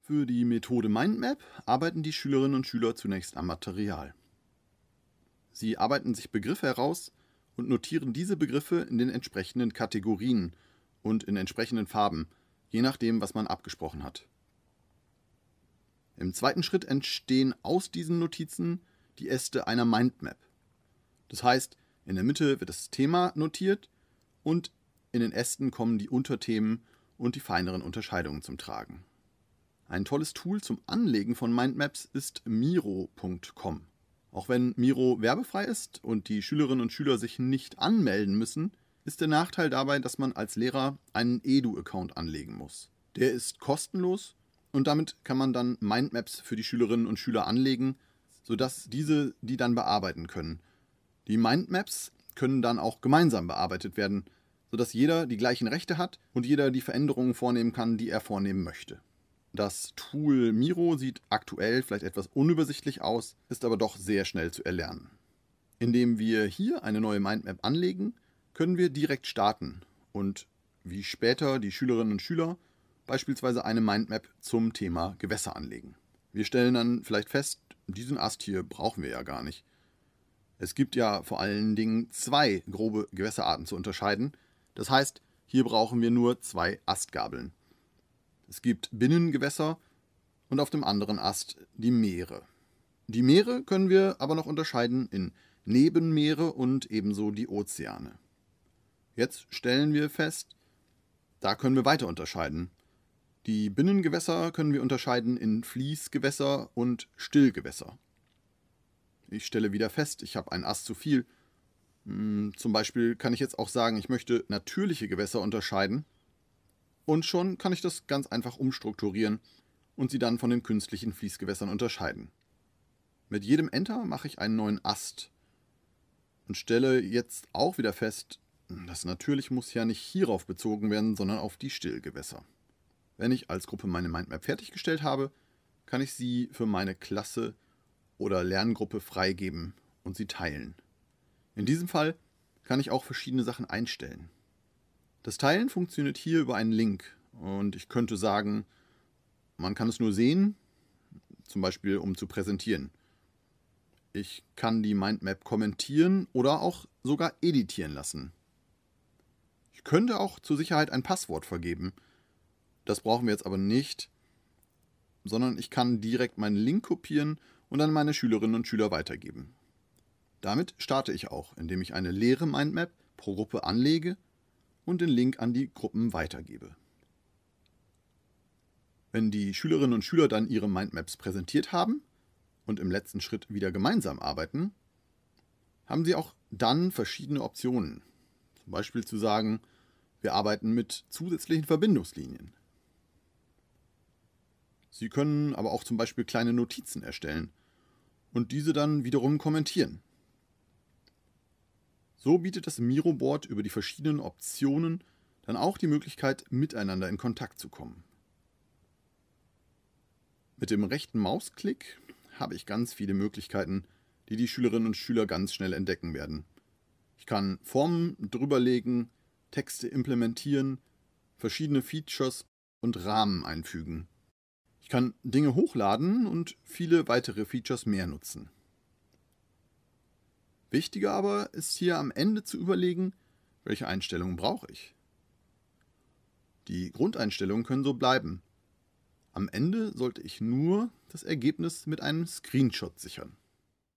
Für die Methode Mindmap arbeiten die Schülerinnen und Schüler zunächst am Material. Sie arbeiten sich Begriffe heraus und notieren diese Begriffe in den entsprechenden Kategorien und in entsprechenden Farben, je nachdem, was man abgesprochen hat. Im zweiten Schritt entstehen aus diesen Notizen die Äste einer Mindmap. Das heißt, in der Mitte wird das Thema notiert und in den Ästen kommen die Unterthemen und die feineren Unterscheidungen zum Tragen. Ein tolles Tool zum Anlegen von Mindmaps ist Miro.com. Auch wenn Miro werbefrei ist und die Schülerinnen und Schüler sich nicht anmelden müssen, ist der Nachteil dabei, dass man als Lehrer einen Edu-Account anlegen muss. Der ist kostenlos und damit kann man dann Mindmaps für die Schülerinnen und Schüler anlegen, sodass diese die dann bearbeiten können. Die Mindmaps können dann auch gemeinsam bearbeitet werden, sodass jeder die gleichen Rechte hat und jeder die Veränderungen vornehmen kann, die er vornehmen möchte. Das Tool Miro sieht aktuell vielleicht etwas unübersichtlich aus, ist aber doch sehr schnell zu erlernen. Indem wir hier eine neue Mindmap anlegen, können wir direkt starten und wie später die Schülerinnen und Schüler beispielsweise eine Mindmap zum Thema Gewässer anlegen. Wir stellen dann vielleicht fest, diesen Ast hier brauchen wir ja gar nicht. Es gibt ja vor allen Dingen 2 grobe Gewässerarten zu unterscheiden. Das heißt, hier brauchen wir nur 2 Astgabeln. Es gibt Binnengewässer und auf dem anderen Ast die Meere. Die Meere können wir aber noch unterscheiden in Nebenmeere und ebenso die Ozeane. Jetzt stellen wir fest, da können wir weiter unterscheiden. Die Binnengewässer können wir unterscheiden in Fließgewässer und Stillgewässer. Ich stelle wieder fest, ich habe einen Ast zu viel. Zum Beispiel kann ich jetzt auch sagen, ich möchte natürliche Gewässer unterscheiden. Und schon kann ich das ganz einfach umstrukturieren und sie dann von den künstlichen Fließgewässern unterscheiden. Mit jedem Enter mache ich einen neuen Ast und stelle jetzt auch wieder fest, das natürlich muss ja nicht hierauf bezogen werden, sondern auf die Stillgewässer. Wenn ich als Gruppe meine Mindmap fertiggestellt habe, kann ich sie für meine Klasse oder Lerngruppe freigeben und sie teilen. In diesem Fall kann ich auch verschiedene Sachen einstellen. Das Teilen funktioniert hier über einen Link und ich könnte sagen, man kann es nur sehen, zum Beispiel um zu präsentieren. Ich kann die Mindmap kommentieren oder auch sogar editieren lassen. Ich könnte auch zur Sicherheit ein Passwort vergeben. Das brauchen wir jetzt aber nicht, sondern ich kann direkt meinen Link kopieren und an meine Schülerinnen und Schüler weitergeben. Damit starte ich auch, indem ich eine leere Mindmap pro Gruppe anlege und den Link an die Gruppen weitergebe. Wenn die Schülerinnen und Schüler dann ihre Mindmaps präsentiert haben und im letzten Schritt wieder gemeinsam arbeiten, haben sie auch dann verschiedene Optionen. Zum Beispiel zu sagen, wir arbeiten mit zusätzlichen Verbindungslinien. Sie können aber auch zum Beispiel kleine Notizen erstellen und diese dann wiederum kommentieren. So bietet das Miro-Board über die verschiedenen Optionen dann auch die Möglichkeit, miteinander in Kontakt zu kommen. Mit dem rechten Mausklick habe ich ganz viele Möglichkeiten, die die Schülerinnen und Schüler ganz schnell entdecken werden. Ich kann Formen drüberlegen, Texte implementieren, verschiedene Features und Rahmen einfügen. Ich kann Dinge hochladen und viele weitere Features mehr nutzen. Wichtiger aber ist hier am Ende zu überlegen, welche Einstellungen brauche ich. Die Grundeinstellungen können so bleiben. Am Ende sollte ich nur das Ergebnis mit einem Screenshot sichern.